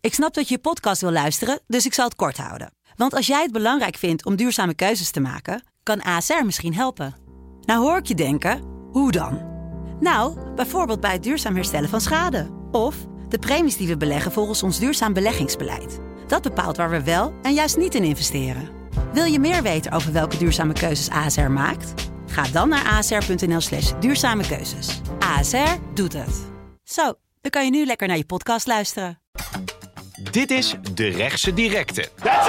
Ik snap dat je podcast wil luisteren, dus ik zal het kort houden. Want als jij het belangrijk vindt om duurzame keuzes te maken, kan ASR misschien helpen. Nou hoor ik je denken, hoe dan? Nou, bijvoorbeeld bij het duurzaam herstellen van schade. Of de premies die we beleggen volgens ons duurzaam beleggingsbeleid. Dat bepaalt waar we wel en juist niet in investeren. Wil je meer weten over welke duurzame keuzes ASR maakt? Ga dan naar asr.nl/duurzame keuzes. ASR doet het. Zo, dan kan je nu lekker naar je podcast luisteren. Dit is De Rechtse Directe.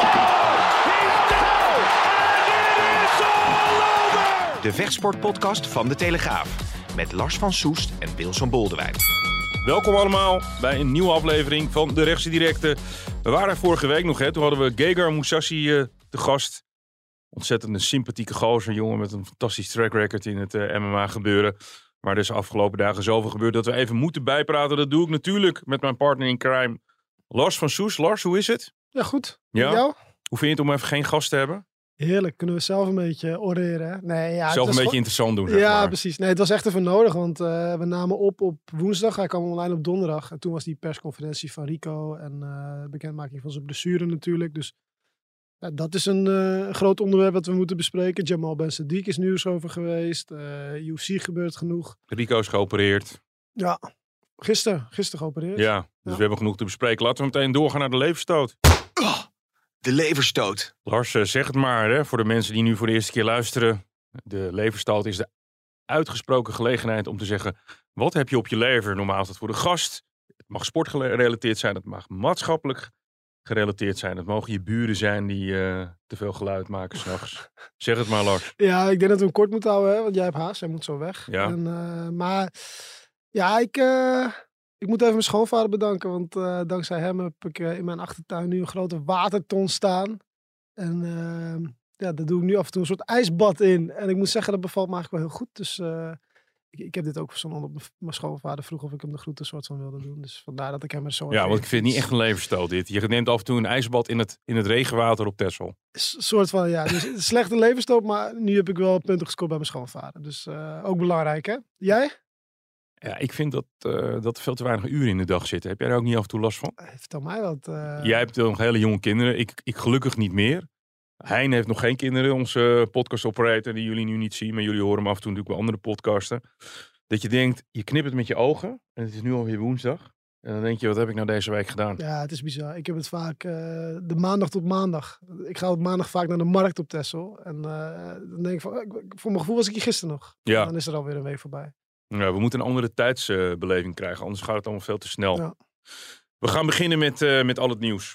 De vechtsportpodcast van De Telegraaf. Met Lars van Soest en Wilson Boldewijn. Welkom allemaal bij een nieuwe aflevering van De Rechtse Directe. We waren er vorige week nog, toen hadden we Gegard Mousasi te gast. Ontzettend een sympathieke gozer, jongen met een fantastisch track record in het MMA gebeuren. Maar er is de afgelopen dagen zoveel gebeurd dat we even moeten bijpraten. Dat doe ik natuurlijk met mijn partner in crime, Lars van Soest. Lars, hoe is het? Ja, goed. Ja? Jou? Hoe vind je het om even geen gast te hebben? Heerlijk, kunnen we zelf een beetje oreren. Hè? Nee, ja, Zelf een beetje interessant doen, zeg ja, maar. precies. Nee, het was echt even nodig, want we namen op woensdag. Hij kwam online op donderdag. En toen was die persconferentie van Rico en bekendmaking van zijn blessure natuurlijk. Dus dat is een groot onderwerp dat we moeten bespreken. Jamal Ben Sadiq is nieuws over geweest. UFC gebeurt genoeg. Rico is geopereerd. Ja, gisteren geopereerd. Ja, dus we hebben genoeg te bespreken. Laten we meteen doorgaan naar de leverstoot. De leverstoot. Lars, zeg het maar, hè, voor de mensen die nu voor de eerste keer luisteren. De leverstoot is de uitgesproken gelegenheid om te zeggen, wat heb je op je lever? Normaal is dat voor de gast. Het mag sportgerelateerd zijn, het mag maatschappelijk gerelateerd zijn. Het mogen je buren zijn die te veel geluid maken 's nachts. Zeg het maar, Lars. Ja, ik denk dat we hem kort moeten houden, hè, want jij hebt haast. Jij moet zo weg. Ja. Maar ja, ik moet even mijn schoonvader bedanken, want dankzij hem heb ik in mijn achtertuin nu een grote waterton staan. En daar doe ik nu af en toe een soort ijsbad in. En ik moet zeggen, dat bevalt me eigenlijk wel heel goed. Dus ik heb dit ook verzonnen op mijn schoonvader vroeg of ik hem de groeten soort van wilde doen. Dus vandaar dat ik hem er zo... Ja, want ik vind het niet echt een leverstoot dit. Je neemt af en toe een ijsbad in het regenwater op Texel. Soort van, ja. Dus het is slechte leverstoot, maar nu heb ik wel punten gescoord bij mijn schoonvader. Dus ook belangrijk, hè? Jij? Ja, ik vind dat er veel te weinig uren in de dag zitten. Heb jij daar ook niet af en toe last van? Vertel mij wat. Jij hebt nog hele jonge kinderen. Ik gelukkig niet meer. Hein heeft nog geen kinderen, onze podcast operator, die jullie nu niet zien. Maar jullie horen hem af en toe natuurlijk bij andere podcasten. Dat je denkt, je knipt het met je ogen. En het is nu alweer woensdag. En dan denk je, wat heb ik nou deze week gedaan? Ja, het is bizar. Ik heb het vaak de maandag tot maandag. Ik ga op maandag vaak naar de markt op Texel. En dan denk ik van, voor mijn gevoel was ik hier gisteren nog. Ja. En dan is er alweer een week voorbij. Ja, we moeten een andere tijdsbeleving krijgen, anders gaat het allemaal veel te snel. Ja. We gaan beginnen met al het nieuws.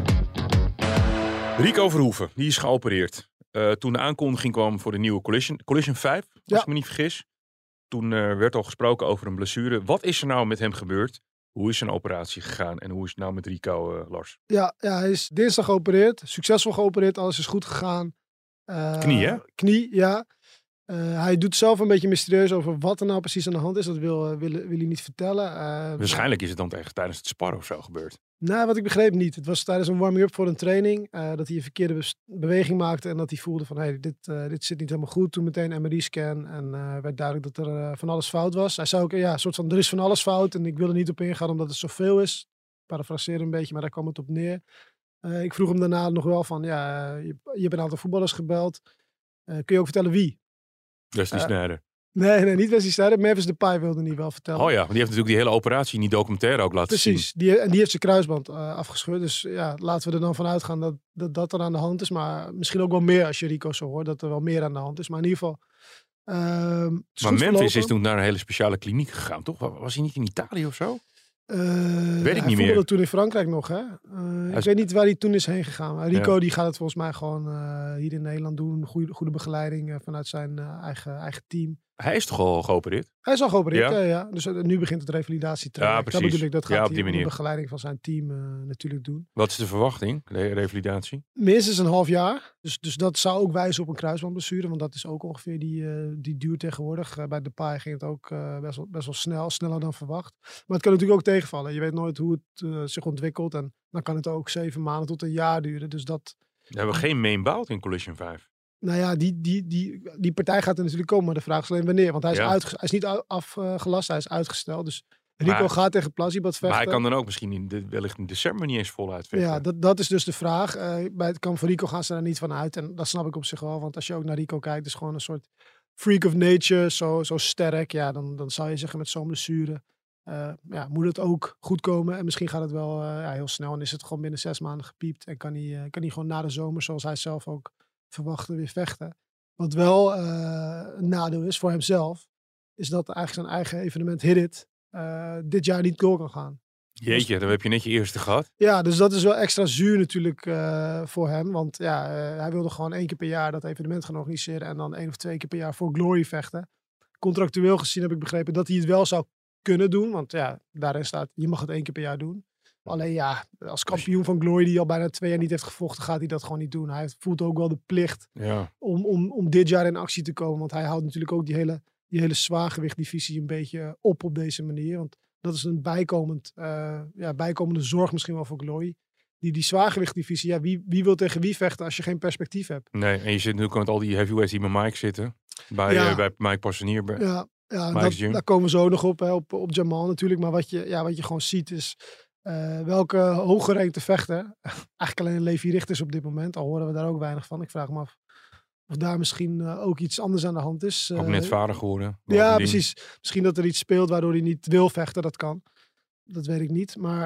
Rico Verhoeven, die is geopereerd. Toen de aankondiging kwam voor de nieuwe Collision 5, als ik me niet vergis. Toen werd al gesproken over een blessure. Wat is er nou met hem gebeurd? Hoe is zijn operatie gegaan? En hoe is het nou met Rico, Lars? Ja, hij is dinsdag geopereerd. Succesvol geopereerd. Alles is goed gegaan. Knie, hè? Knie, ja. Hij doet zelf een beetje mysterieus over wat er nou precies aan de hand is. Dat wil hij niet vertellen. Waarschijnlijk is het dan tijdens het sparren of zo gebeurd. Nou, wat ik begreep niet. Het was tijdens een warming-up voor een training. Dat hij een verkeerde beweging maakte. En dat hij voelde van, hey, dit zit niet helemaal goed. Toen meteen een MRI-scan. En werd duidelijk dat er van alles fout was. Hij zei ook, ja, een soort van, er is van alles fout. En ik wil er niet op ingaan omdat het zoveel is. Parafraseren een beetje, maar daar kwam het op neer. Ik vroeg hem daarna nog wel van, ja, je hebt een aantal voetballers gebeld. Kun je ook vertellen wie? Wesley Sneijder. Nee, niet Wesley Sneijder. Memphis Depay wilde niet wel vertellen. Oh ja, want die heeft natuurlijk die hele operatie in die documentaire ook laten zien. Precies, die heeft zijn kruisband afgescheurd. Dus ja, laten we er dan van uitgaan dat er aan de hand is. Maar misschien ook wel meer als je Rico zo hoort. Dat er wel meer aan de hand is. Maar in ieder geval... maar Memphis is toen naar een hele speciale kliniek gegaan, toch? Was hij niet in Italië of zo? Weet ik niet meer. Hij toen in Frankrijk nog, hè? Ik weet niet waar hij toen is heen gegaan. Maar Rico die gaat het volgens mij gewoon hier in Nederland doen. Goede begeleiding vanuit zijn eigen team. Hij is toch al geopereerd? Hij is al geopereerd, Ja. ja. Dus nu begint het revalidatietraject. Ja, precies. Dat bedoel ik, dat gaat Ja, op hij die onder manier. begeleiding van zijn team natuurlijk doen. Wat is de verwachting, de revalidatie? Minstens een half jaar. Dus dat zou ook wijzen op een kruisbandblessure. Want dat is ook ongeveer die duur tegenwoordig. Bij Depay ging het ook best wel snel. Sneller dan verwacht. Maar het kan natuurlijk ook tegenvallen. Je weet nooit hoe het zich ontwikkelt. En dan kan het ook 7 maanden tot een jaar duren. Dus dat... We hebben geen main bout in Collision 5. Nou ja, die partij gaat er natuurlijk komen. Maar de vraag is alleen wanneer. Want hij is, hij is niet afgelast. Hij is uitgesteld. Dus Rico gaat tegen Plasibat vechten. Maar hij kan dan ook misschien wellicht in december niet eens voluit vechten. Ja, dat is dus de vraag. Bij het kamp van Rico gaan ze daar niet van uit. En dat snap ik op zich wel. Want als je ook naar Rico kijkt, is gewoon een soort freak of nature. Zo sterk. Ja, dan zou je zeggen met zo'n blessure. Moet het ook goed komen. En misschien gaat het wel heel snel. En is het gewoon binnen 6 maanden gepiept. En kan hij gewoon na de zomer, zoals hij zelf ook verwachtte, weer vechten. Wat wel een nadeel is voor hemzelf. Is dat eigenlijk zijn eigen evenement Hit It dit jaar niet door kan gaan. Jeetje, dan heb je net je eerste gehad. Ja, dus dat is wel extra zuur natuurlijk voor hem. Want hij wilde gewoon 1 keer per jaar dat evenement gaan organiseren. En dan 1 of 2 keer per jaar voor Glory vechten. Contractueel gezien heb ik begrepen dat hij het wel zou kunnen doen. Want ja, daarin staat, je mag het 1 keer per jaar doen. Alleen ja, als kampioen van Glory die al bijna 2 jaar niet heeft gevochten, gaat hij dat gewoon niet doen. Hij voelt ook wel de plicht om dit jaar in actie te komen. Want hij houdt natuurlijk ook die hele zwaargewichtdivisie een beetje op deze manier. Want dat is een bijkomende zorg misschien wel voor Glory. Die zwaargewichtdivisie, wie wil tegen wie vechten als je geen perspectief hebt? Nee, en je zit natuurlijk met al die heavyweights die bij Mike zitten. Bij Mike Passanier. Daar komen we zo nog op Jamal natuurlijk. Maar wat je gewoon ziet is welke hooggerenkte vechter, eigenlijk alleen Levi Richters op dit moment, al horen we daar ook weinig van. Ik vraag me af of daar misschien ook iets anders aan de hand is. Ook net vader geworden. Ja, precies. Misschien dat er iets speelt waardoor hij niet wil vechten, dat kan. Dat weet ik niet. Maar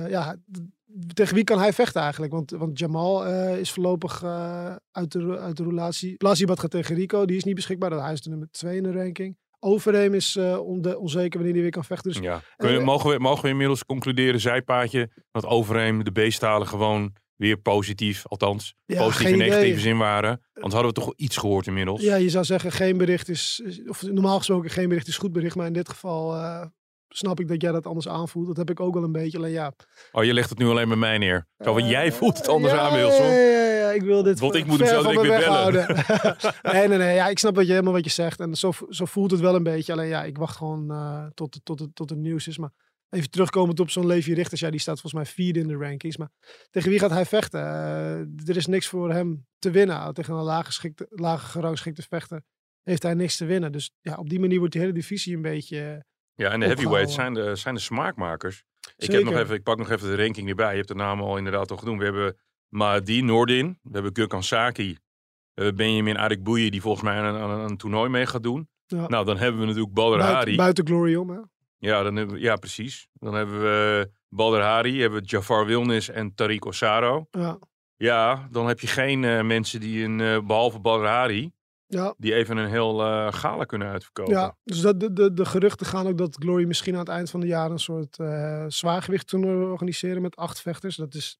tegen wie kan hij vechten eigenlijk? Want Jamal is voorlopig uit de relatie. Plasibat gaat tegen Rico, die is niet beschikbaar. Hij is de nummer 2 in de ranking. Overeem is onzeker wanneer hij weer kan vechten. Dus, mogen we inmiddels concluderen, zijpaadje, dat Overeem de beestalen gewoon weer positief, althans positief in negatieve zin waren. Want hadden we toch iets gehoord inmiddels. Ja, je zou zeggen geen bericht of normaal gesproken geen bericht is goed bericht. Maar in dit geval snap ik dat jij dat anders aanvoelt. Dat heb ik ook wel een beetje. Alleen ja. Oh, je legt het nu alleen bij mij neer. Zo, want jij voelt het anders aan, Wilson. Ja, ik wil dit. Want ik moet hem zo direct weer bellen. Nee. Ja, ik snap helemaal wat je zegt. En zo voelt het wel een beetje. Alleen ja, ik wacht gewoon tot het nieuws is. Maar even terugkomend op zo'n Levi Richters. Ja, die staat volgens mij 4e in de rankings. Maar tegen wie gaat hij vechten? Er is niks voor hem te winnen. Tegen een lager gerangschikte vechter heeft hij niks te winnen. Dus ja, op die manier wordt die hele divisie een beetje... Ja, en de heavyweights zijn de smaakmakers. Ik pak nog even de ranking erbij. Je hebt de namen al inderdaad al genoemd. We hebben Mahdi Nordin. We hebben Gökhan Saki. We hebben Benjamin Adekbouye die volgens mij aan een toernooi mee gaat doen. Ja. Nou, dan hebben we natuurlijk Badr Hari. Buiten Glory om, hè? Ja, precies. Dan hebben we Badr Hari, hebben we Jafar Wilnis en Tariq Osaro. Ja, dan heb je geen mensen die behalve Badr Hari... Ja. Die even een heel gala kunnen uitverkopen. Ja, dus de geruchten gaan ook dat Glory misschien aan het eind van het jaar een soort zwaargewicht toernooi organiseren met 8 vechters.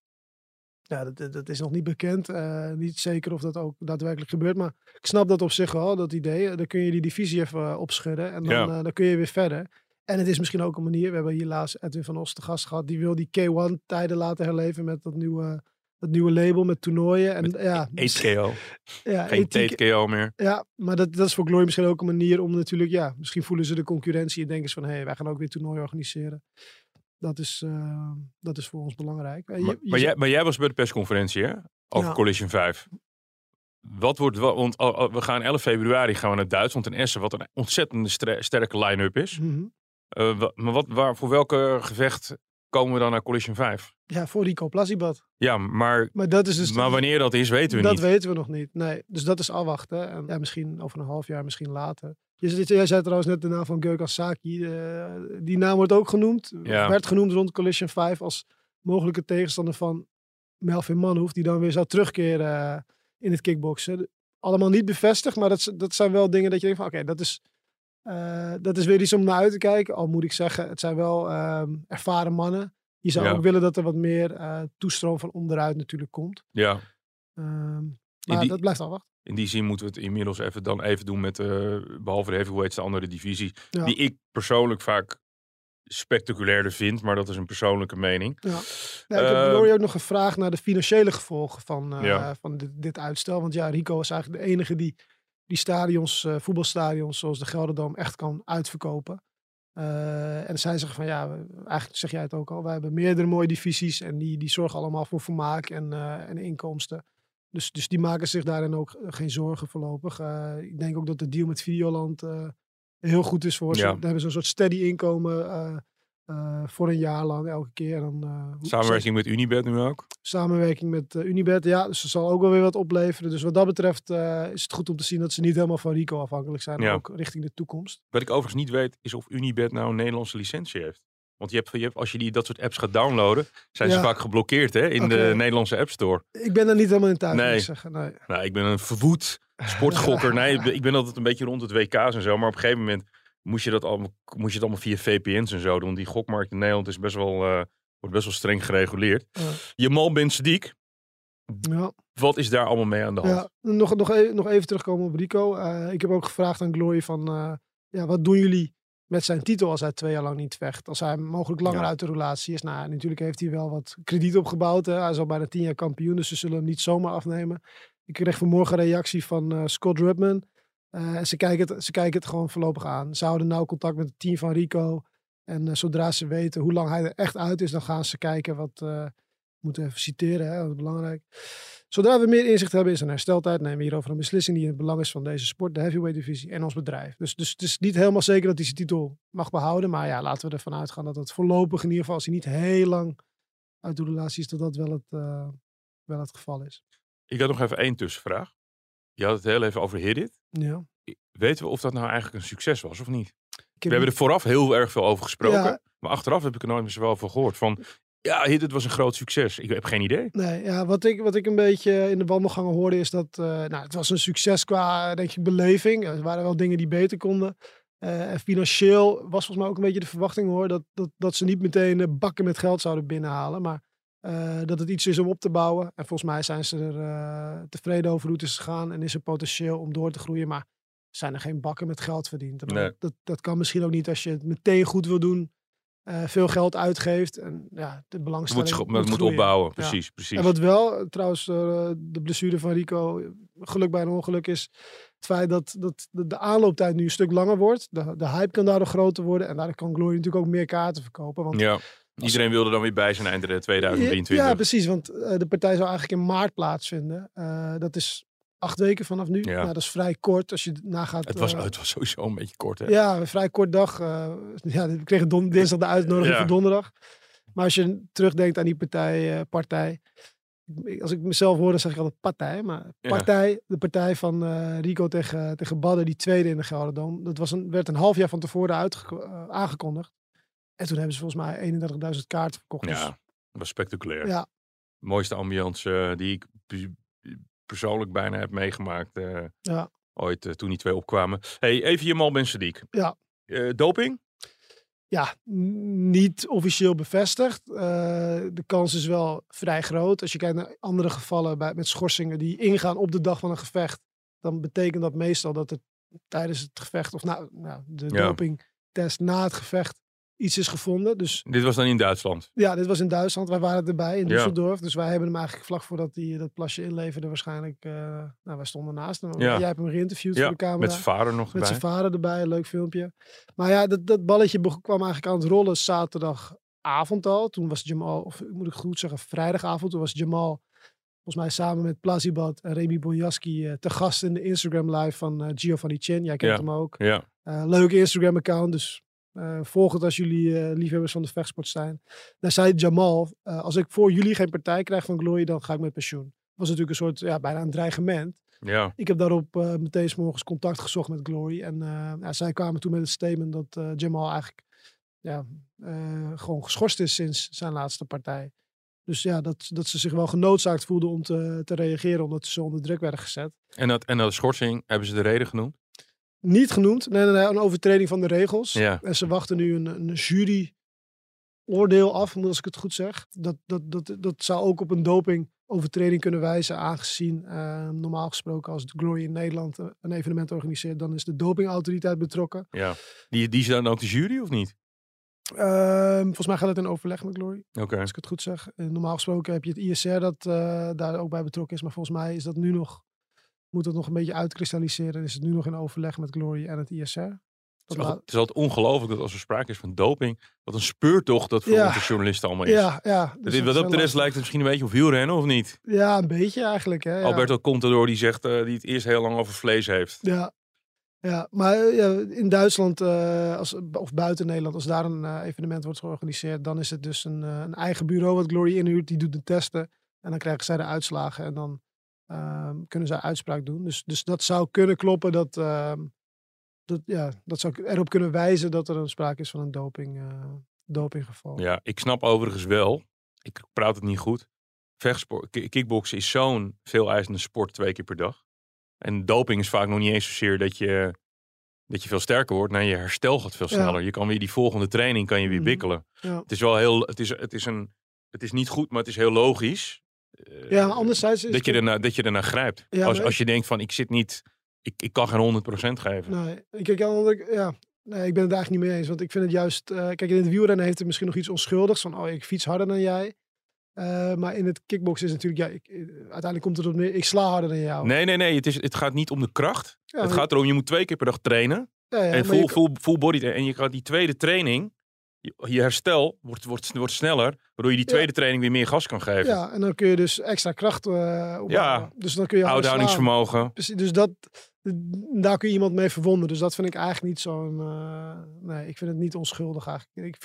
Dat is nog niet bekend. Niet zeker of dat ook daadwerkelijk gebeurt. Maar ik snap dat op zich wel, dat idee. Dan kun je die divisie even opschudden en dan kun je weer verder. En het is misschien ook een manier. We hebben hier laatst Edwin van Os te gast gehad. Die wil die K1-tijden laten herleven met dat nieuwe label met toernooien. En, TKO. Geen TKO meer. Ja, maar dat is voor Glory misschien ook een manier om natuurlijk... misschien voelen ze de concurrentie en denken ze van... wij gaan ook weer toernooien organiseren. Dat is voor ons belangrijk. Maar jij was bij de persconferentie, hè? Over Collision 5. Want we gaan 11 februari naar Duitsland en Essen. Wat een ontzettend sterke line-up is. Mm-hmm. Maar voor welke gevecht komen we dan naar Collision 5? Ja, voor Rico Plasibat. Ja, maar dat is dus wanneer dat is, weten we niet. Dat weten we nog niet. Nee, dus dat is afwachten. En ja, misschien over een half jaar, misschien later. Jij zei trouwens net de naam van Gökhan Saki. Die naam wordt ook genoemd. Ja. Werd genoemd rond Collision 5 als mogelijke tegenstander van Melvin Manhoef. Die dan weer zou terugkeren in het kickboksen. Allemaal niet bevestigd, maar dat zijn wel dingen dat je denkt van oké, dat is weer iets om naar uit te kijken. Al moet ik zeggen, het zijn wel ervaren mannen. Je zou ook willen dat er wat meer toestroom van onderuit natuurlijk komt. Ja. Maar dat blijft afwachten. In die zin moeten we het inmiddels even doen met, behalve de heavyweights, de andere divisie. Ja. Die ik persoonlijk vaak spectaculairder vind, maar dat is een persoonlijke mening. Ja. Ik heb Glory ook nog gevraagd naar de financiële gevolgen van dit uitstel. Want ja, Rico is eigenlijk de enige die stadions, voetbalstadions zoals de Gelderdoom echt kan uitverkopen. En zij zeggen van eigenlijk zeg jij het ook al, wij hebben meerdere mooie divisies en die zorgen allemaal voor vermaak en inkomsten. Dus die maken zich daarin ook geen zorgen voorlopig. Ik denk ook dat de deal met Videoland heel goed is voor ze. Daar hebben ze een soort steady inkomen Voor een jaar lang elke keer. En dan, Samenwerking met Unibet nu ook? Samenwerking met Unibet, ja. Dus dat zal ook wel weer wat opleveren. Dus wat dat betreft is het goed om te zien dat ze niet helemaal van Rico afhankelijk zijn. Maar ook richting de toekomst. Wat ik overigens niet weet, is of Unibet nou een Nederlandse licentie heeft. Want je hebt, als je dat soort apps gaat downloaden, zijn ze vaak geblokkeerd in de Nederlandse App Store. Ik ben er niet helemaal in thuis, moet ik zeggen. Nee. Nou, ik ben een verwoed sportgokker. Nee, ik ben altijd een beetje rond het WK's en zo. Maar op een gegeven moment moest je het allemaal via VPN's en zo doen. Die gokmarkt in Nederland is wordt best wel streng gereguleerd. Jamal Ben Sadiq. Ja. Wat is daar allemaal mee aan de hand? Ja, nog even terugkomen op Rico. Ik heb ook gevraagd aan Glory van, wat doen jullie met zijn titel als hij 2 jaar lang niet vecht? Als hij mogelijk langer uit de relatie is. Nou, natuurlijk heeft hij wel wat krediet opgebouwd. Hè? Hij is al bijna 10 jaar kampioen, dus ze zullen hem niet zomaar afnemen. Ik kreeg vanmorgen een reactie van Scott Rudman. Ze kijken het gewoon voorlopig aan. Ze houden nauw contact met het team van Rico. En zodra ze weten hoe lang hij er echt uit is, dan gaan ze kijken wat... moeten even citeren, hè, dat is belangrijk. Zodra we meer inzicht hebben in zijn hersteltijd, nemen we hierover een beslissing die in het belang is van deze sport, de heavyweight divisie en ons bedrijf. Dus het is niet helemaal zeker dat hij zijn titel mag behouden. Maar ja, laten we ervan uitgaan dat het voorlopig, in ieder geval, als hij niet heel lang uit de relatie is, dat dat wel het geval is. Ik had nog even 1 tussenvraag. Je had het heel even over Hit It. Ja. Weten we of dat nou eigenlijk een succes was of niet? We hebben er vooraf heel erg veel over gesproken. Ja. Maar achteraf heb ik er nooit meer zoveel over gehoord. Van, ja, Hit It was een groot succes. Ik heb geen idee. Nee, ja, wat ik een beetje in de wandelgangen hoorde is dat... het was een succes qua, denk ik, beleving. Er waren wel dingen die beter konden. En financieel was volgens mij ook een beetje de verwachting, hoor. Dat ze niet meteen bakken met geld zouden binnenhalen. Maar dat het iets is om op te bouwen. En volgens mij zijn ze er tevreden over hoe het is gegaan. En is er potentieel om door te groeien. Maar zijn er geen bakken met geld verdiend. Nee. Dat kan misschien ook niet als je het meteen goed wil doen. Veel geld uitgeeft. En ja, de belangstelling moet opbouwen. Precies. En wat wel, trouwens, de blessure van Rico, geluk bij een ongeluk, is het feit dat de aanlooptijd nu een stuk langer wordt. De hype kan daardoor groter worden. En daardoor kan Glory natuurlijk ook meer kaarten verkopen. Want iedereen wilde dan weer bij zijn einde 2023. Ja, precies. Want de partij zou eigenlijk in maart plaatsvinden. Dat is 8 weken vanaf nu. Nou, dat is vrij kort als je nagaat. Het was sowieso een beetje kort, hè? Ja, een vrij kort dag. We kregen dinsdag de uitnodiging voor donderdag. Maar als je terugdenkt aan die partij. Als ik mezelf hoor, dan zeg ik altijd partij. Maar de partij van Rico tegen Badr, die tweede in de Gelderdoom. Dat werd een half jaar van tevoren aangekondigd. En toen hebben ze volgens mij 31.000 kaarten verkocht. Ja, dat was spectaculair. Ja. De mooiste ambiance die ik persoonlijk bijna heb meegemaakt. Ooit toen die 2 opkwamen. Hey, even Jamal Ben Sadiq. Ja. Doping? Ja, niet officieel bevestigd. De kans is wel vrij groot. Als je kijkt naar andere gevallen met schorsingen die ingaan op de dag van een gevecht, dan betekent dat meestal dat er tijdens het gevecht of de dopingtest na het gevecht iets is gevonden. Dus, dit was dan in Duitsland? Ja, dit was in Duitsland. Wij waren erbij in Düsseldorf. Dus wij hebben hem eigenlijk vlak voordat hij dat plasje inleverde waarschijnlijk... wij stonden naast hem. Jij hebt hem geïnterviewd voor de camera. Met zijn vader nog erbij. Met zijn vader erbij, een leuk filmpje. Maar ja, dat balletje kwam eigenlijk aan het rollen zaterdagavond al. Toen was Jamal, of moet ik goed zeggen, vrijdagavond. Toen was Jamal volgens mij samen met Plazibad en Remy Bonjaski te gast in de Instagram live van Giovanni Chen. Jij kent hem ook. Ja. Leuke Instagram account, dus... volg het als jullie liefhebbers van de vechtsport zijn. Daar zei Jamal, als ik voor jullie geen partij krijg van Glory, dan ga ik met pensioen. Dat was natuurlijk een soort, bijna een dreigement. Ja. Ik heb daarop meteen 's morgens contact gezocht met Glory. En zij kwamen toen met het statement dat Jamal eigenlijk gewoon geschorst is sinds zijn laatste partij. Dus ja, dat ze zich wel genoodzaakt voelden om te reageren, omdat ze onder druk werden gezet. En dat schorsing, hebben ze de reden genoemd? Niet genoemd. Nee, een overtreding van de regels. Ja. En ze wachten nu een juryoordeel af, als ik het goed zeg. Dat zou ook op een dopingovertreding kunnen wijzen, aangezien normaal gesproken als de Glory in Nederland een evenement organiseert, dan is de dopingautoriteit betrokken. Ja. Die is dan ook de jury of niet? Volgens mij gaat het in overleg met Glory. Okay. Als ik het goed zeg. Normaal gesproken heb je het ISR dat daar ook bij betrokken is. Maar volgens mij is dat nu nog... Moet dat nog een beetje uitkristalliseren. Is het nu nog in overleg met Glory en het ISR? Het is altijd ongelooflijk dat als er sprake is van doping, wat een speurtocht dat voor onze journalisten allemaal is. Ja. Dus wat dat betreft lijkt het misschien een beetje op wielrennen, of niet? Ja, een beetje eigenlijk. Hè, Alberto Contador die zegt die het eerst heel lang over vlees heeft. Ja, Ja, maar in Duitsland of buiten Nederland, als daar een evenement wordt georganiseerd, dan is het dus een eigen bureau wat Glory inhuurt. Die doet de testen en dan krijgen zij de uitslagen en dan kunnen zij uitspraak doen. Dus dat zou kunnen kloppen dat zou erop kunnen wijzen dat er een sprake is van een dopinggeval. Ja, ik snap overigens wel, ik praat het niet goed, kickboksen is zo'n veel eisende sport 2 keer per dag. En doping is vaak nog niet eens zozeer dat je veel sterker wordt. Nee, je herstel gaat veel sneller. Je kan weer die volgende training kan je weer bikkelen. Ja. Het is wel heel, het is niet goed, maar het is heel logisch. Ja, maar anderzijds is dat je ernaar grijpt. Ja, als je denkt van, ik kan geen 100% geven. Nee, ik ben het eigenlijk niet mee eens. Want ik vind het juist... kijk, in het wielrennen heeft het misschien nog iets onschuldigs. Van, ik fiets harder dan jij. Maar in het kickboksen is natuurlijk... uiteindelijk komt het op neer, ik sla harder dan jou. Nee. Het gaat niet om de kracht. Ja, het gaat erom, je moet 2 keer per dag trainen. En full body. En je gaat die tweede training... Je herstel wordt sneller, waardoor je die tweede training weer meer gas kan geven. Ja, en dan kun je dus extra kracht opbouwen. Ja, dus dan kun je uithoudingsvermogen. Precies, dus daar kun je iemand mee verwonden. Dus dat vind ik eigenlijk niet zo'n... nee, ik vind het niet onschuldig eigenlijk.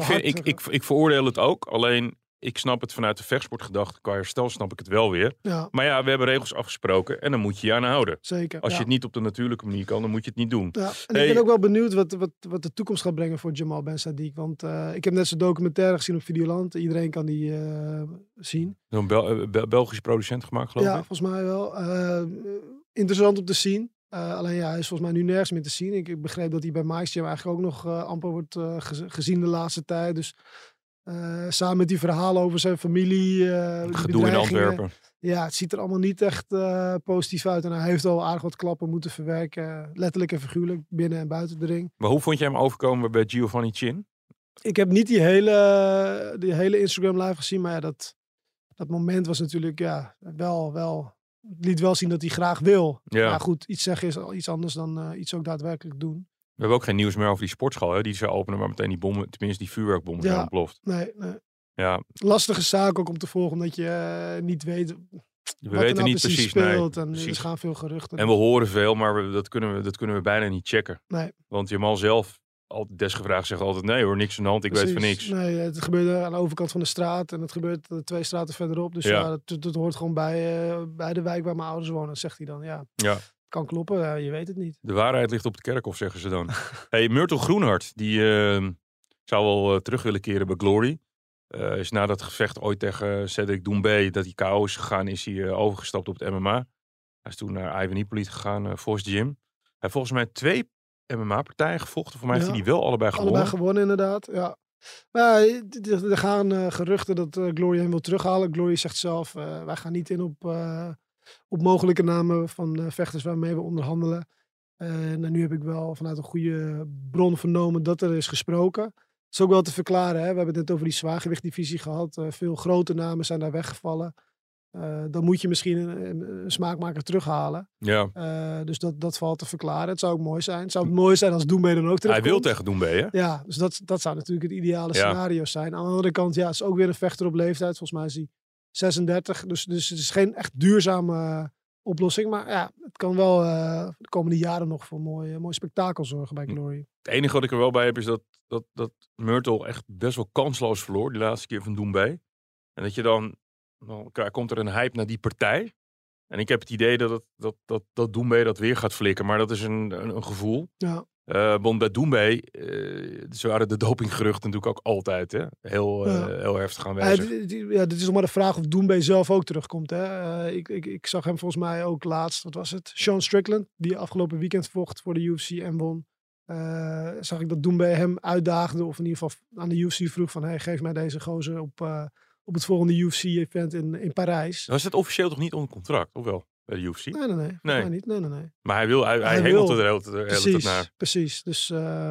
Ik veroordeel het ook. Alleen, ik snap het vanuit de vechtsportgedachte. Qua herstel snap ik het wel weer. Ja. Maar ja, we hebben regels afgesproken en dan moet je je aan houden. Zeker. Als je het niet op de natuurlijke manier kan, dan moet je het niet doen. Ja, en ik ben ook wel benieuwd wat de toekomst gaat brengen voor Jamal Ben Sadiq. Want ik heb net zijn documentaire gezien op Videoland. Iedereen kan die zien. Een Belgische producent gemaakt, geloof ik. Ja, volgens mij wel. Interessant om te zien. Alleen hij is volgens mij nu nergens meer te zien. Ik begreep dat hij bij Mike's Gym eigenlijk ook nog amper wordt gezien de laatste tijd. Dus samen met die verhalen over zijn familie. Gedoe in Antwerpen. Ja, het ziet er allemaal niet echt positief uit. En hij heeft al aardig wat klappen moeten verwerken. Letterlijk en figuurlijk, binnen en buiten de ring. Maar hoe vond jij hem overkomen bij Giovanni Chin? Ik heb niet die hele Instagram live gezien. Maar ja, dat moment was natuurlijk wel... Het liet wel zien dat hij graag wil. Ja. Maar goed, iets zeggen is al iets anders dan iets ook daadwerkelijk doen. We hebben ook geen nieuws meer over die sportschool. Hè? Die ze openen, maar meteen die bommen, tenminste die vuurwerkbommen zijn ontploft. Nee. Ja. Lastige zaak ook om te volgen, omdat je niet weet We weten nou niet precies. speelt. En precies. er gaan veel geruchten. En we horen veel, maar dat kunnen we bijna niet checken. Nee. Want Jamal zelf, altijd desgevraagd, zegt altijd nee hoor, niks aan de hand, ik weet van niks. Nee, het gebeurde aan de overkant van de straat en het gebeurt 2 straten verderop. Dus dat hoort gewoon bij de wijk waar mijn ouders wonen, zegt hij dan. Ja. Kan kloppen, je weet het niet. De waarheid ligt op het kerkhof, zeggen ze dan. Hey, Myrtle Groenhart, die zou wel terug willen keren bij Glory. Is na dat gevecht ooit tegen Cedric Doumbé, dat hij KO is gegaan, is hij overgestapt op het MMA. Hij is toen naar Ivan Hippolyte gegaan, Force Gym. Hij heeft volgens mij 2 MMA-partijen gevochten. Voor mij heeft hij die wel allebei gewonnen. Allebei gewonnen, inderdaad, ja. Maar er gaan geruchten dat Glory hem wil terughalen. Glory zegt zelf, wij gaan niet in op mogelijke namen van vechters waarmee we onderhandelen. Nu heb ik wel vanuit een goede bron vernomen dat er is gesproken. Dat is ook wel te verklaren. Hè? We hebben het net over die zwaargewichtdivisie gehad. Veel grote namen zijn daar weggevallen. Dan moet je misschien een smaakmaker terughalen. Ja. Dus dat valt te verklaren. Het zou ook mooi zijn. Het zou mooi zijn als Doumbé dan ook terugkomt. Hij wil tegen Doumbé, hè? Ja, dus dat zou natuurlijk het ideale scenario zijn. Aan de andere kant, het is ook weer een vechter op leeftijd. Volgens mij is hij 36. Dus het is geen echt duurzame oplossing. Maar ja, het kan wel de komende jaren nog voor mooi spektakel zorgen bij Glory. Het enige wat ik er wel bij heb is dat Myrtle echt best wel kansloos verloor. Die laatste keer van Doumbé. En dat je dan komt er een hype naar die partij. En ik heb het idee dat Doumbé dat weer gaat flikken. Maar dat is een gevoel. Ja. Want bij Doumbé, ze waren de dopinggeruchten natuurlijk ook altijd heel heftig aanwezig. Dit is nog maar de vraag of Doumbé zelf ook terugkomt. Hè? Ik zag hem volgens mij ook laatst, wat was het? Sean Strickland, die afgelopen weekend vocht voor de UFC en won. Zag ik dat Doumbé hem uitdaagde, of in ieder geval aan de UFC vroeg van, hey, geef mij deze gozer op het volgende UFC-event in Parijs. Was het officieel toch niet onder contract, of wel? Bij de UFC? Nee. Niet. Nee. Maar hij hengelt er de hele tijd naar. Precies. Dus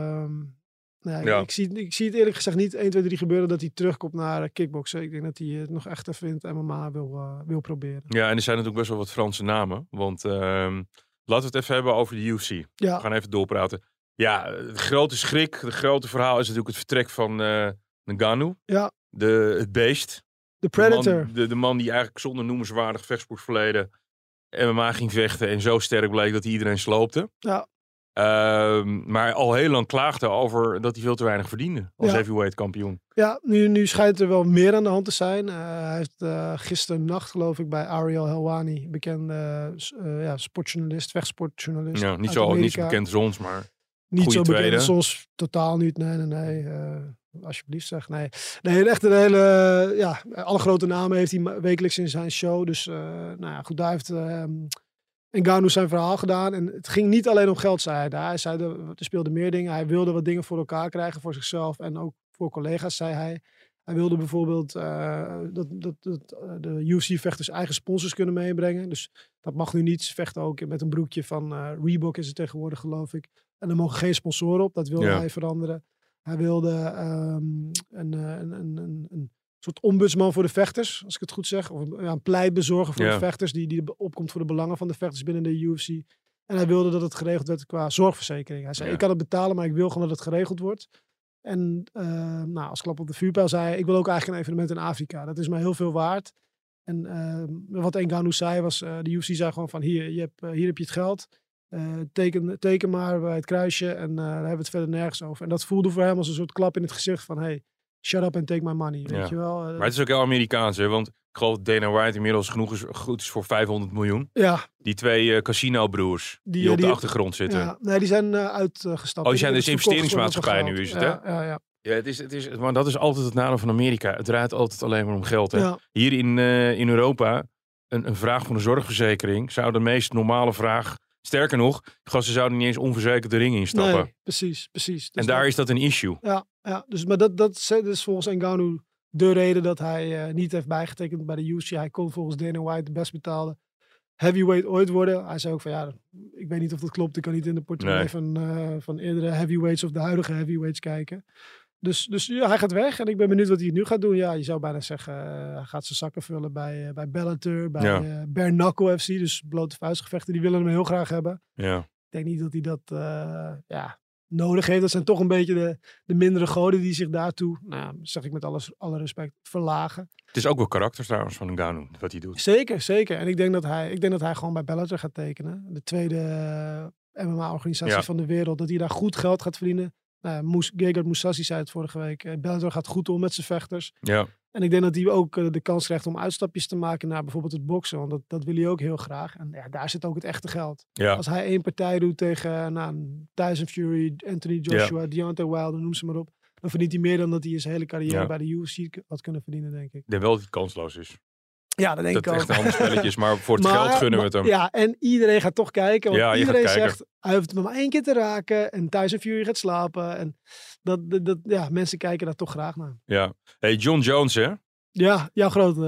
ik zie het eerlijk gezegd niet 1, 2, 3 gebeuren dat hij terugkomt naar kickboksen. Ik denk dat hij het nog echt even in het MMA wil proberen. Ja, en er zijn natuurlijk best wel wat Franse namen. Want laten we het even hebben over de UFC. Ja. We gaan even doorpraten. Ja, de grote schrik, het grote verhaal is natuurlijk het vertrek van Ngannou. Ja. Het beest. De Predator. De man die eigenlijk zonder noemenswaardig vechtsportverleden MMA ging vechten en zo sterk bleek dat hij iedereen sloopte. Ja. Maar al heel lang klaagde over dat hij veel te weinig verdiende als heavyweight kampioen. Ja, nu schijnt er wel meer aan de hand te zijn. Hij heeft gisteren nacht, geloof ik, bij Ariel Helwani, bekende sportjournalist, vechtsportjournalist. Ja, niet zo bekend als ons, maar niet zo tweede. bekend als ons, totaal niet. Nee. Alsjeblieft zeg. Nee, echt een hele... alle grote namen heeft hij wekelijks in zijn show. Dus goed, daar heeft Ngannou zijn verhaal gedaan. En het ging niet alleen om geld, zei hij daar. Hij zei, er speelden meer dingen. Hij wilde wat dingen voor elkaar krijgen voor zichzelf en ook voor collega's, zei hij. Hij wilde bijvoorbeeld dat de UFC-vechters eigen sponsors kunnen meebrengen. Dus dat mag nu niet. Ze vechten ook met een broekje van Reebok is het tegenwoordig, geloof ik. En er mogen geen sponsoren op. Dat wilde hij veranderen. Hij wilde een soort ombudsman voor de vechters, als ik het goed zeg. Of een pleitbezorger voor de vechters, die opkomt voor de belangen van de vechters binnen de UFC. En hij wilde dat het geregeld werd qua zorgverzekering. Hij zei, ik kan het betalen, maar ik wil gewoon dat het geregeld wordt. En als klap op de vuurpijl zei hij, ik wil ook eigenlijk een evenement in Afrika. Dat is mij heel veel waard. En wat Ngannou zei was, de UFC zei gewoon van, hier heb je het geld. Teken maar bij het kruisje en daar hebben we het verder nergens over. En dat voelde voor hem als een soort klap in het gezicht van, hey, shut up and take my money. Weet je wel? Maar het is ook heel Amerikaans, hè? Want ik geloof dat Dana White inmiddels goed is voor 500 miljoen. Ja. Die twee casino-broers die op de achtergrond zitten. Ja, nee, die zijn uitgestapt. Die zijn dus investeringsmaatschappij nu, is het, hè? Ja. Ja, het is, maar dat is altijd het nadeel van Amerika. Het draait altijd alleen maar om geld, hè? Ja. Hier in Europa, een vraag van een zorgverzekering zou de meest normale vraag... Sterker nog, gasten zouden niet eens onverzekerd de ring instappen. Nee, precies. Dus en daar is dat een issue. Ja, dus, maar dat is volgens Ngannou de reden dat hij niet heeft bijgetekend bij de UFC. Hij kon volgens Dana White de best betaalde heavyweight ooit worden. Hij zei ook van ik weet niet of dat klopt. Ik kan niet in de portemonnee van eerdere heavyweights of de huidige heavyweights kijken. Dus hij gaat weg en ik ben benieuwd wat hij nu gaat doen. Ja, je zou bijna zeggen, hij gaat zijn zakken vullen bij Bellator, bij Bare Knuckle FC, dus blote vuistgevechten. Die willen hem heel graag hebben. Ja. Ik denk niet dat hij dat nodig heeft. Dat zijn toch een beetje de mindere goden die zich daartoe, zeg ik met alle respect, verlagen. Het is ook wel karakter trouwens van Ngannou, wat hij doet. Zeker. En ik denk dat hij gewoon bij Bellator gaat tekenen. De tweede MMA-organisatie van de wereld. Dat hij daar goed geld gaat verdienen. Gegard Mousasi zei het vorige week. Bellator gaat goed om met zijn vechters. Ja. En ik denk dat hij ook de kans krijgt om uitstapjes te maken naar bijvoorbeeld het boksen. Want dat wil hij ook heel graag. En daar zit ook het echte geld. Ja. Als hij één partij doet tegen Tyson Fury, Anthony Joshua, Deontay Wilder, noem ze maar op. Dan verdient hij meer dan dat hij zijn hele carrière bij de UFC had kunnen verdienen, denk ik. Ik denk wel dat hij kansloos is. Ja, dat denk ik ook. Dat echt een ander spelletje is, maar voor het geld gunnen we het hem. Ja, en iedereen gaat toch kijken. Want iedereen zegt, hij hoeft het maar 1 keer te raken. En Tyson Fury gaat slapen. En mensen kijken daar toch graag naar. Ja. Hey, John Jones, hè? Ja, jouw grote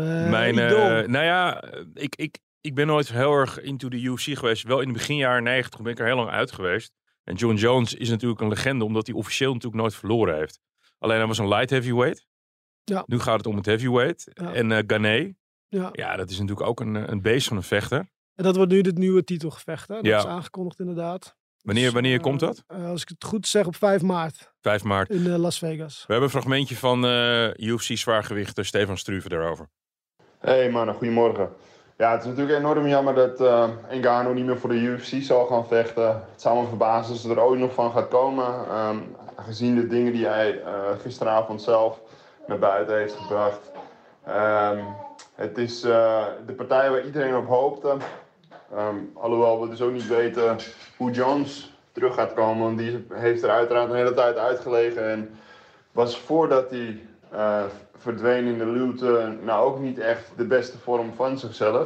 ik ben nooit heel erg into de UFC geweest. Wel in de begin jaren 90 ben ik er heel lang uit geweest. En John Jones is natuurlijk een legende, omdat hij officieel natuurlijk nooit verloren heeft. Alleen hij was een light heavyweight. Ja. Nu gaat het om het heavyweight. Ja. En Gane. Ja, dat is natuurlijk ook een beest van een vechter. En dat wordt nu het nieuwe titelgevecht, hè? Dat is aangekondigd inderdaad. Wanneer komt dat? Als ik het goed zeg, op 5 maart. 5 maart. In Las Vegas. We hebben een fragmentje van UFC-zwaargewicht Stefan Struve daarover. Hey mannen, goedemorgen. Ja, het is natuurlijk enorm jammer dat Ngannou niet meer voor de UFC zal gaan vechten. Het zou me verbazen als er ooit nog van gaat komen. Gezien de dingen die hij gisteravond zelf naar buiten heeft gebracht. Het is de partij waar iedereen op hoopte. Alhoewel we dus ook niet weten hoe Jones terug gaat komen. Want die heeft er uiteraard een hele tijd uitgelegen. En was voordat hij verdween in de luwte ook niet echt de beste vorm van zichzelf.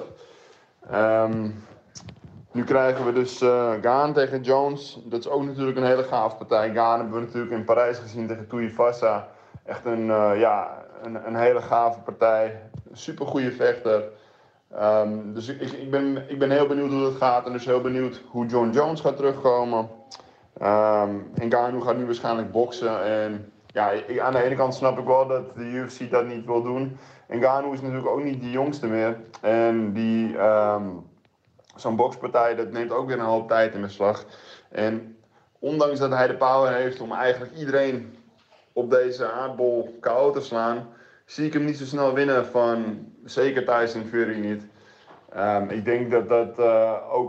Nu krijgen we dus Gane tegen Jones. Dat is ook natuurlijk een hele gaaf partij. Gane hebben we natuurlijk in Parijs gezien tegen Tuivasa. Echt een hele gave partij. Super goede vechter. Dus ik ben heel benieuwd hoe het gaat. En dus heel benieuwd hoe John Jones gaat terugkomen. Ngannou gaat nu waarschijnlijk boksen. En aan de ene kant snap ik wel dat de UFC dat niet wil doen. Ngannou is natuurlijk ook niet de jongste meer. En zo'n bokspartij, dat neemt ook weer een hoop tijd in beslag. En ondanks dat hij de power heeft om eigenlijk iedereen op deze aardbol KO te slaan, zie ik hem niet zo snel winnen van zeker Tyson Fury niet. Ik denk dat dat ook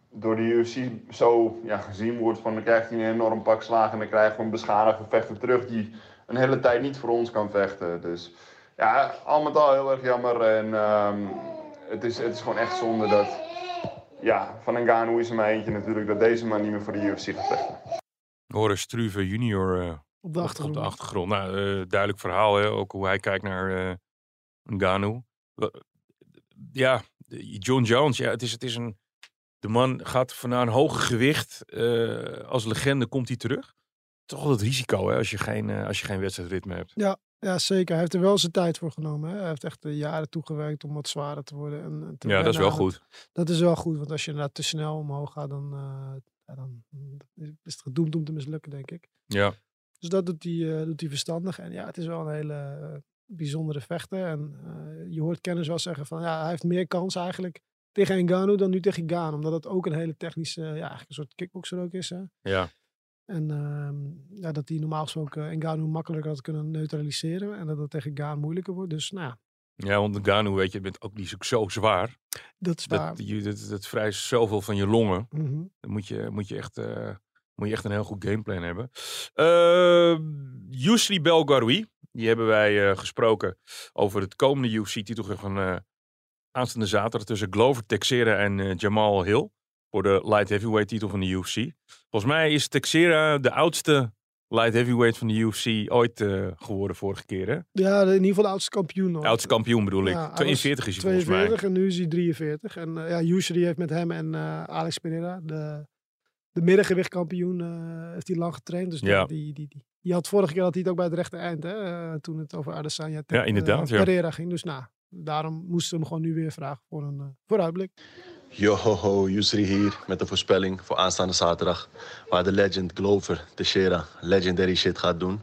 door de UFC zo gezien wordt van dan krijgt hij een enorm pak slagen en dan krijgen we een beschadigde vechter terug die een hele tijd niet voor ons kan vechten. Dus ja, al met al heel erg jammer en het is gewoon echt zonde dat van Ngannou is er maar eentje natuurlijk dat deze man niet meer voor de UFC gaat vechten. We horen Struve junior Op de achtergrond. Nou, duidelijk verhaal, hè? Ook hoe hij kijkt naar Ngannou. Ja, John Jones, het is een... De man gaat vanuit een hoger gewicht. Als legende komt hij terug. Toch wel het risico, hè, als je geen wedstrijdritme hebt. Ja, zeker. Hij heeft er wel zijn tijd voor genomen. Hè? Hij heeft echt jaren toegewerkt om wat zwaarder te worden. En Ja, dat is wel goed. Dat is wel goed, want als je inderdaad te snel omhoog gaat, dan is het gedoemd om te mislukken, denk ik. Ja. Dus dat doet hij verstandig. En ja, het is wel een hele bijzondere vechter. En je hoort kenners wel zeggen van, hij heeft meer kans eigenlijk tegen Ngannou dan nu tegen Gane. Omdat het ook een hele technische, eigenlijk een soort kickboxer ook is. Hè? Ja. En dat hij normaal gesproken Ngannou makkelijker had kunnen neutraliseren. En dat het tegen Gane moeilijker wordt. Dus Ja, want Ngannou, weet je, bent ook niet zo zwaar. Dat is waar. Dat vrijst zoveel van je longen. Mm-hmm. Dan moet je echt een heel goed gameplan hebben. Yusri Belgaroui, die hebben wij gesproken over het komende UFC-titelgevecht van aanstaande zaterdag tussen Glover Teixeira en Jamal Hill. Voor de light heavyweight titel van de UFC. Volgens mij is Teixeira de oudste light heavyweight van de UFC ooit geworden vorige keer, hè? Ja, in ieder geval de oudste kampioen. Oudste kampioen bedoel ik. Ja, 42 is hij volgens mij. 42 en nu is hij 43. En Yusri heeft met hem en Alex Pereira, de middengewichtkampioen, heeft hij lang getraind. Dus die had vorige keer het ook bij het rechte eind, hè? Toen het over Adesanya inderdaad, Pereira ging. Dus daarom moesten we hem gewoon nu weer vragen voor een vooruitblik. Yo, Yusri hier met de voorspelling voor aanstaande zaterdag. Waar de legend Glover Teixeira legendary shit gaat doen.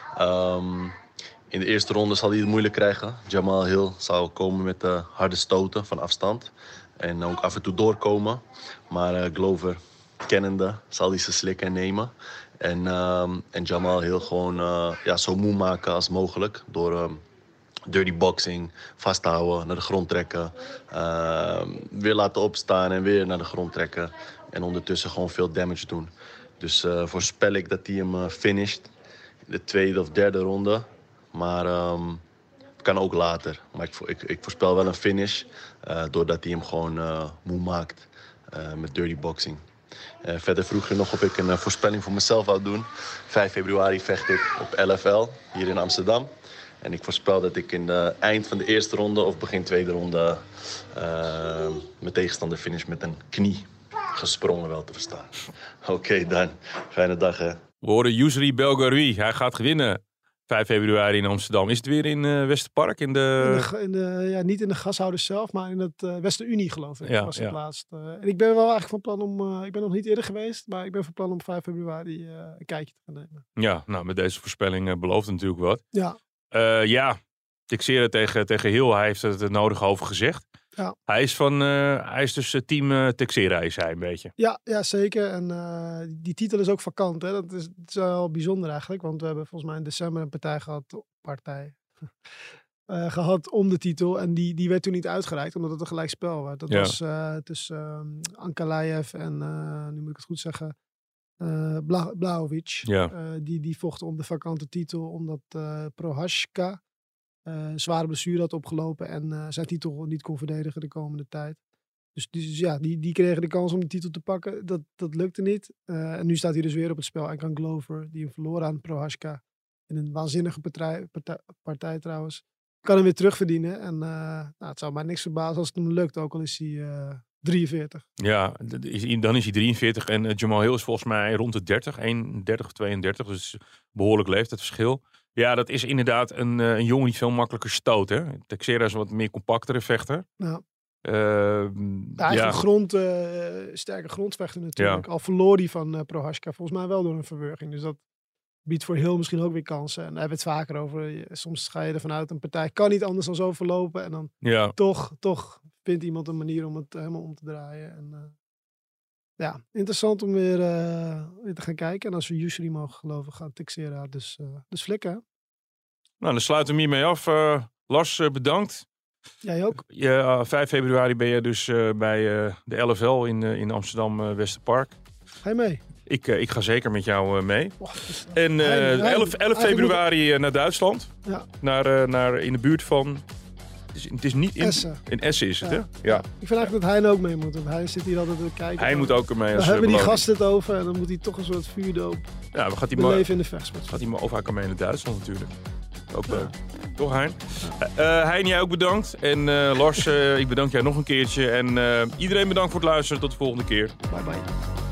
In de eerste ronde zal hij het moeilijk krijgen. Jamal Hill zal komen met de harde stoten van afstand. En ook af en toe doorkomen. Maar Glover, kennende, zal hij ze slikken en nemen. En Jamal Hill gewoon zo moe maken als mogelijk. Door dirty boxing, vasthouden, naar de grond trekken. Weer laten opstaan en weer naar de grond trekken. En ondertussen gewoon veel damage doen. Dus voorspel ik dat hij hem finisht in de tweede of derde ronde. Maar het kan ook later. Maar ik voorspel wel een finish. Doordat hij hem gewoon moe maakt met dirty boxing. Verder vroeg je nog of ik een voorspelling voor mezelf wou doen. 5 februari vecht ik op LFL hier in Amsterdam. En ik voorspel dat ik in de eind van de eerste ronde of begin tweede ronde mijn tegenstander finish met een knie gesprongen wel te verstaan. Oké, dan. Fijne dag, hè. We horen Yusri Belgaroui. Hij gaat gewinnen 5 februari in Amsterdam. Is het weer in Westerpark? Niet in de gashouders zelf, maar in het Westerunie, geloof ik. Was het laatst. En ik ben wel eigenlijk van plan om... ik ben nog niet eerder geweest, maar ik ben van plan om 5 februari een kijkje te gaan nemen. Ja, nou, met deze voorspelling belooft het natuurlijk wat. Ja. Teixeira tegen Hill, hij heeft het nodig over gezegd. Ja. Hij is dus team Teixeira, is hij een beetje. Ja, zeker. En die titel is ook vakant. Hè? Dat is wel bijzonder eigenlijk. Want we hebben volgens mij in december een partij gehad om de titel. En die werd toen niet uitgereikt, omdat het een gelijkspel werd. Dat was tussen Ankalaev en, nu moet ik het goed zeggen, Blachowicz. Ja. Die vochten om de vakante titel, omdat Prohashka zware blessure had opgelopen en zijn titel niet kon verdedigen de komende tijd. Dus die kregen de kans om de titel te pakken. Dat lukte niet. En nu staat hij dus weer op het spel en kan Glover, die hem verloren aan Prohashka, in een waanzinnige partij trouwens, kan hem weer terugverdienen. En het zou mij niks verbazen als het hem lukt, ook al is hij 43. Ja, dan is hij 43 en Jamal Hill is volgens mij rond de 30, 31 of 32, dus behoorlijk leeftijdsverschil. Ja, dat is inderdaad een jongen die veel makkelijker stoot. Hè? Teixeira is een wat meer compactere vechter. Ja. Sterke grondvechter natuurlijk. Ja. Al verloor hij van Prohashka volgens mij wel door een verwerging. Dus dat biedt voor Hill misschien ook weer kansen. En daar hebben we het vaker over. Soms ga je ervan uit, een partij kan niet anders dan zo verlopen. En dan toch vindt iemand een manier om het helemaal om te draaien. En, interessant om weer te gaan kijken. En als we Yusri mogen geloven, gaat Teixeira dus flikken. Nou, dan sluiten we hiermee af. Lars, bedankt. Jij ook? 5 februari ben je dus bij de LFL in Amsterdam Westerpark. Ga je mee? Ik ga zeker met jou mee. En 11 februari naar Duitsland. Ja. Naar in de buurt van... Het is niet in Essen. In Essen is het, Ja. hè? Ja. Ik vind eigenlijk dat hij ook mee moet. Want hij zit hier altijd te kijken. Hij moet ook ermee. We hebben die gasten het over. En dan moet hij toch een soort vuurdoop Ja, we gaan die beleven in de vechtsport. Gaat hij maar of hij kan mee naar Duitsland natuurlijk. Ook leuk. Toch, Hein? Hein, jij ook bedankt. En Lars, ik bedank jij nog een keertje. En iedereen bedankt voor het luisteren. Tot de volgende keer. Bye bye.